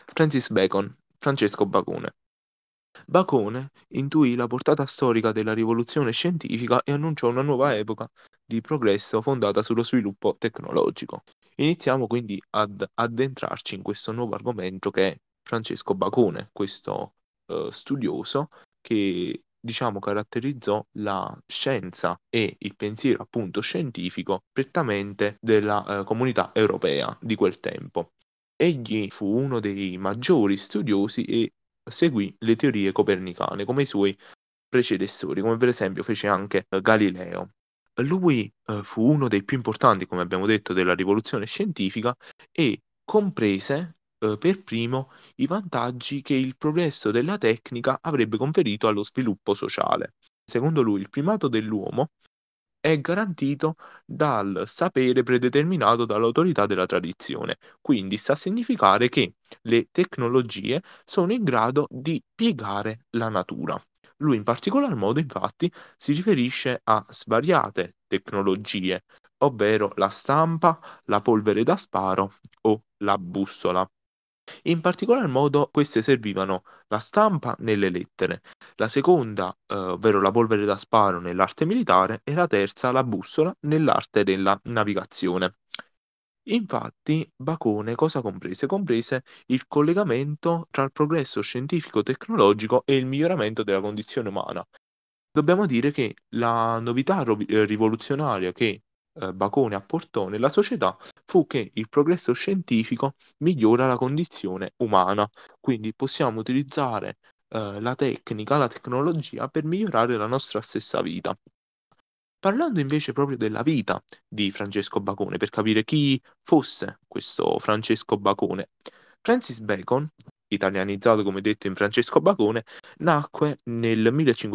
Francis Bacon, Francesco Bacone. Bacone intuì la portata storica della rivoluzione scientifica e annunciò una nuova epoca di progresso fondata sullo sviluppo tecnologico. Iniziamo quindi ad addentrarci in questo nuovo argomento che è Francesco Bacone, questo studioso che diciamo caratterizzò la scienza e il pensiero appunto scientifico prettamente della comunità europea di quel tempo. Egli fu uno dei maggiori studiosi e seguì le teorie copernicane come i suoi predecessori, come per esempio fece anche Galileo. Lui fu uno dei più importanti, come abbiamo detto, della rivoluzione scientifica e comprese per primo i vantaggi che il progresso della tecnica avrebbe conferito allo sviluppo sociale. Secondo lui, il primato dell'uomo è garantito dal sapere predeterminato dall'autorità della tradizione. Quindi sta a significare che le tecnologie sono in grado di piegare la natura. Lui in particolar modo, infatti, si riferisce a svariate tecnologie, ovvero la stampa, la polvere da sparo o la bussola. In particolar modo queste servivano la stampa nelle lettere, la seconda, ovvero la polvere da sparo nell'arte militare e la terza la bussola nell'arte della navigazione. Infatti Bacone cosa comprese? Comprese il collegamento tra il progresso scientifico-tecnologico e il miglioramento della condizione umana. Dobbiamo dire che la novità rivoluzionaria che, Bacone apportò nella società fu che il progresso scientifico migliora la condizione umana, quindi possiamo utilizzare, la tecnica, la tecnologia per migliorare la nostra stessa vita. Parlando invece proprio della vita di Francesco Bacone, per capire chi fosse questo Francesco Bacone. Francis Bacon, italianizzato come detto in Francesco Bacone, nacque nel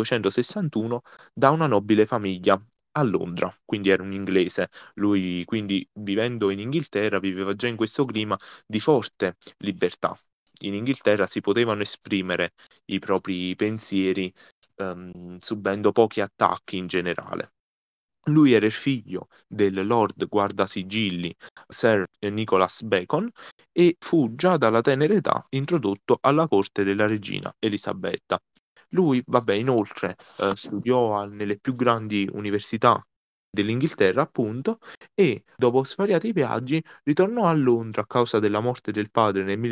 1561 da una nobile famiglia a Londra, quindi era un inglese. Lui quindi vivendo in Inghilterra viveva già in questo clima di forte libertà. In Inghilterra si potevano esprimere i propri pensieri, subendo pochi attacchi in generale. Lui era il figlio del Lord Guardasigilli Sir Nicholas Bacon e fu già dalla tenera età introdotto alla corte della regina Elisabetta. Lui, vabbè, inoltre studiò nelle più grandi università dell'Inghilterra, appunto, e dopo svariati viaggi ritornò a Londra a causa della morte del padre nel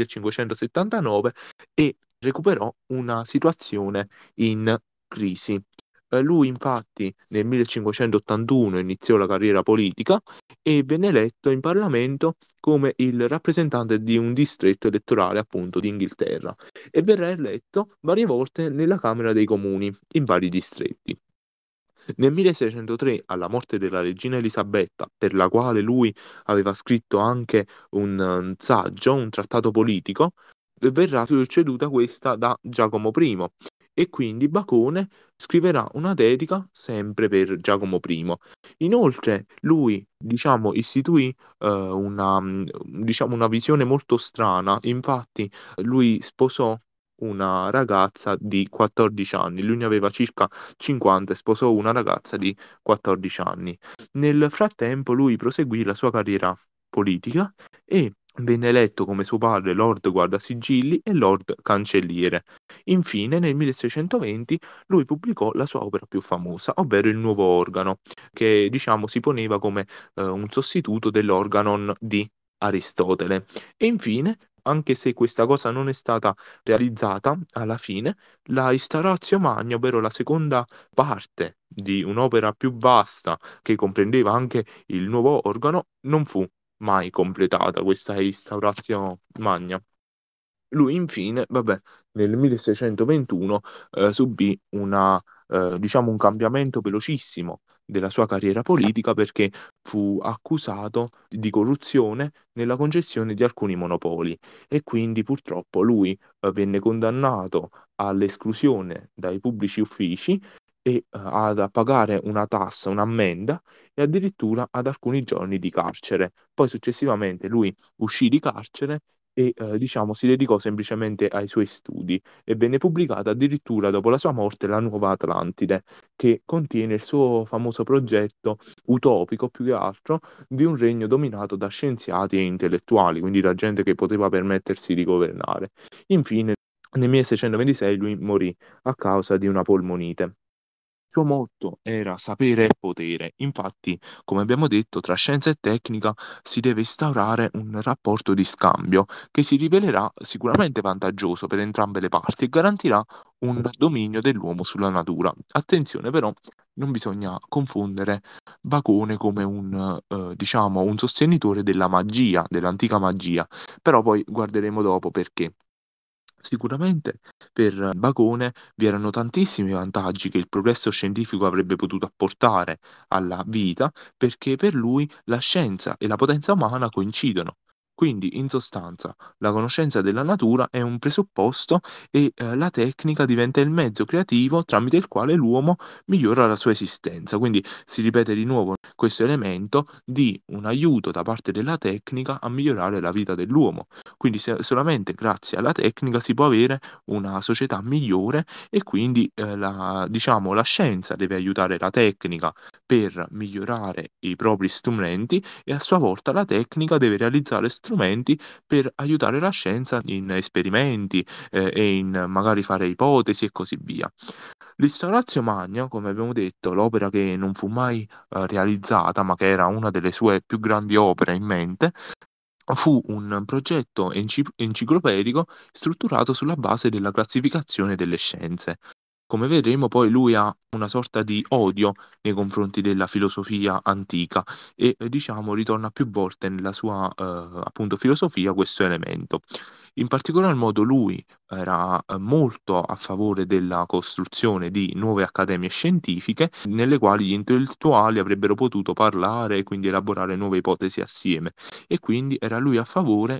1579 e recuperò una situazione in crisi. Lui infatti nel 1581 iniziò la carriera politica e venne eletto in Parlamento come il rappresentante di un distretto elettorale appunto d'Inghilterra e verrà eletto varie volte nella Camera dei Comuni in vari distretti. Nel 1603, alla morte della regina Elisabetta, per la quale lui aveva scritto anche un saggio, un trattato politico, verrà succeduta questa da Giacomo I e quindi Bacone scriverà una dedica sempre per Giacomo I. Inoltre lui, diciamo, istituì diciamo, una visione molto strana, infatti lui sposò una ragazza di 14 anni, lui ne aveva circa 50 e sposò una ragazza di 14 anni. Nel frattempo lui proseguì la sua carriera politica e venne eletto come suo padre Lord Guardasigilli e Lord Cancelliere. Infine, nel 1620, lui pubblicò la sua opera più famosa, ovvero il Nuovo Organo, che diciamo si poneva come un sostituto dell'Organon di Aristotele. E infine, anche se questa cosa non è stata realizzata, alla fine la Instauratio Magna, ovvero la seconda parte di un'opera più vasta che comprendeva anche il nuovo organo, non fu mai completata questa Instauratio Magna. Lui infine, vabbè, nel 1621 subì diciamo un cambiamento velocissimo della sua carriera politica perché fu accusato di corruzione nella concessione di alcuni monopoli e quindi purtroppo lui venne condannato all'esclusione dai pubblici uffici e ad pagare una tassa, un'ammenda e addirittura ad alcuni giorni di carcere. Poi successivamente lui uscì di carcere e, diciamo si dedicò semplicemente ai suoi studi e venne pubblicata addirittura dopo la sua morte la Nuova Atlantide, che contiene il suo famoso progetto utopico più che altro, di un regno dominato da scienziati e intellettuali, quindi da gente che poteva permettersi di governare. Infine nel 1626 lui morì a causa di una polmonite. Il suo motto era sapere e potere. Infatti, come abbiamo detto, tra scienza e tecnica si deve instaurare un rapporto di scambio che si rivelerà sicuramente vantaggioso per entrambe le parti e garantirà un dominio dell'uomo sulla natura. Attenzione però, non bisogna confondere Bacone come diciamo, un sostenitore della magia, dell'antica magia, però poi guarderemo dopo perché. Sicuramente per Bacone vi erano tantissimi vantaggi che il progresso scientifico avrebbe potuto apportare alla vita, perché per lui la scienza e la potenza umana coincidono. Quindi, in sostanza, la conoscenza della natura è un presupposto e la tecnica diventa il mezzo creativo tramite il quale l'uomo migliora la sua esistenza. Quindi si ripete di nuovo questo elemento di un aiuto da parte della tecnica a migliorare la vita dell'uomo. Quindi solamente grazie alla tecnica si può avere una società migliore e quindi, la diciamo la scienza deve aiutare la tecnica per migliorare i propri strumenti e a sua volta la tecnica deve realizzare strumenti per aiutare la scienza in esperimenti, e in magari fare ipotesi e così via. L'Instauratio Magna, come abbiamo detto, l'opera che non fu mai, realizzata, ma che era una delle sue più grandi opere in mente, fu un progetto enciclopedico strutturato sulla base della classificazione delle scienze. Come vedremo poi lui ha una sorta di odio nei confronti della filosofia antica e, diciamo ritorna più volte nella sua, appunto filosofia questo elemento. In particolar modo lui era, molto a favore della costruzione di nuove accademie scientifiche, nelle quali gli intellettuali avrebbero potuto parlare e quindi elaborare nuove ipotesi assieme e quindi era lui a favore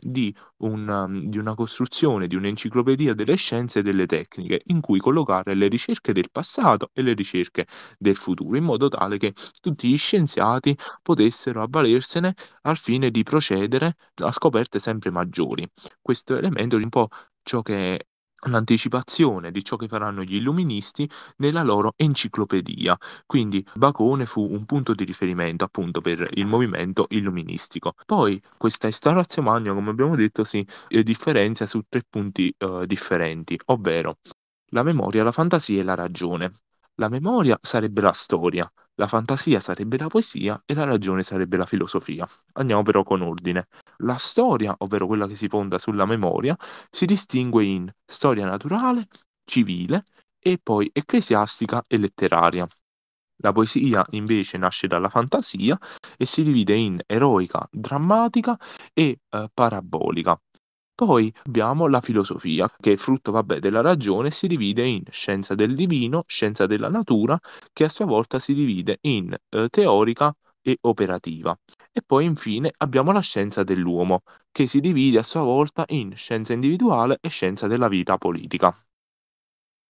di una costruzione di un'enciclopedia delle scienze e delle tecniche, in cui collocare le ricerche del passato e le ricerche del futuro, in modo tale che tutti gli scienziati potessero avvalersene al fine di procedere a scoperte sempre maggiori. Questo elemento è un po' ciò che è l'anticipazione di ciò che faranno gli illuministi nella loro enciclopedia. Quindi Bacone fu un punto di riferimento appunto per il movimento illuministico. Poi questa Instauratio Magna, come abbiamo detto, si differenzia su 3 punti, differenti, ovvero la memoria, la fantasia e la ragione. La memoria sarebbe la storia, la fantasia sarebbe la poesia e la ragione sarebbe la filosofia. Andiamo però con ordine. La storia, ovvero quella che si fonda sulla memoria, si distingue in storia naturale, civile e poi ecclesiastica e letteraria. La poesia invece nasce dalla fantasia e si divide in eroica, drammatica e parabolica. Poi abbiamo la filosofia, che è frutto, vabbè, della ragione, si divide in scienza del divino, scienza della natura, che a sua volta si divide in teorica e operativa. E poi infine abbiamo la scienza dell'uomo, che si divide a sua volta in scienza individuale e scienza della vita politica.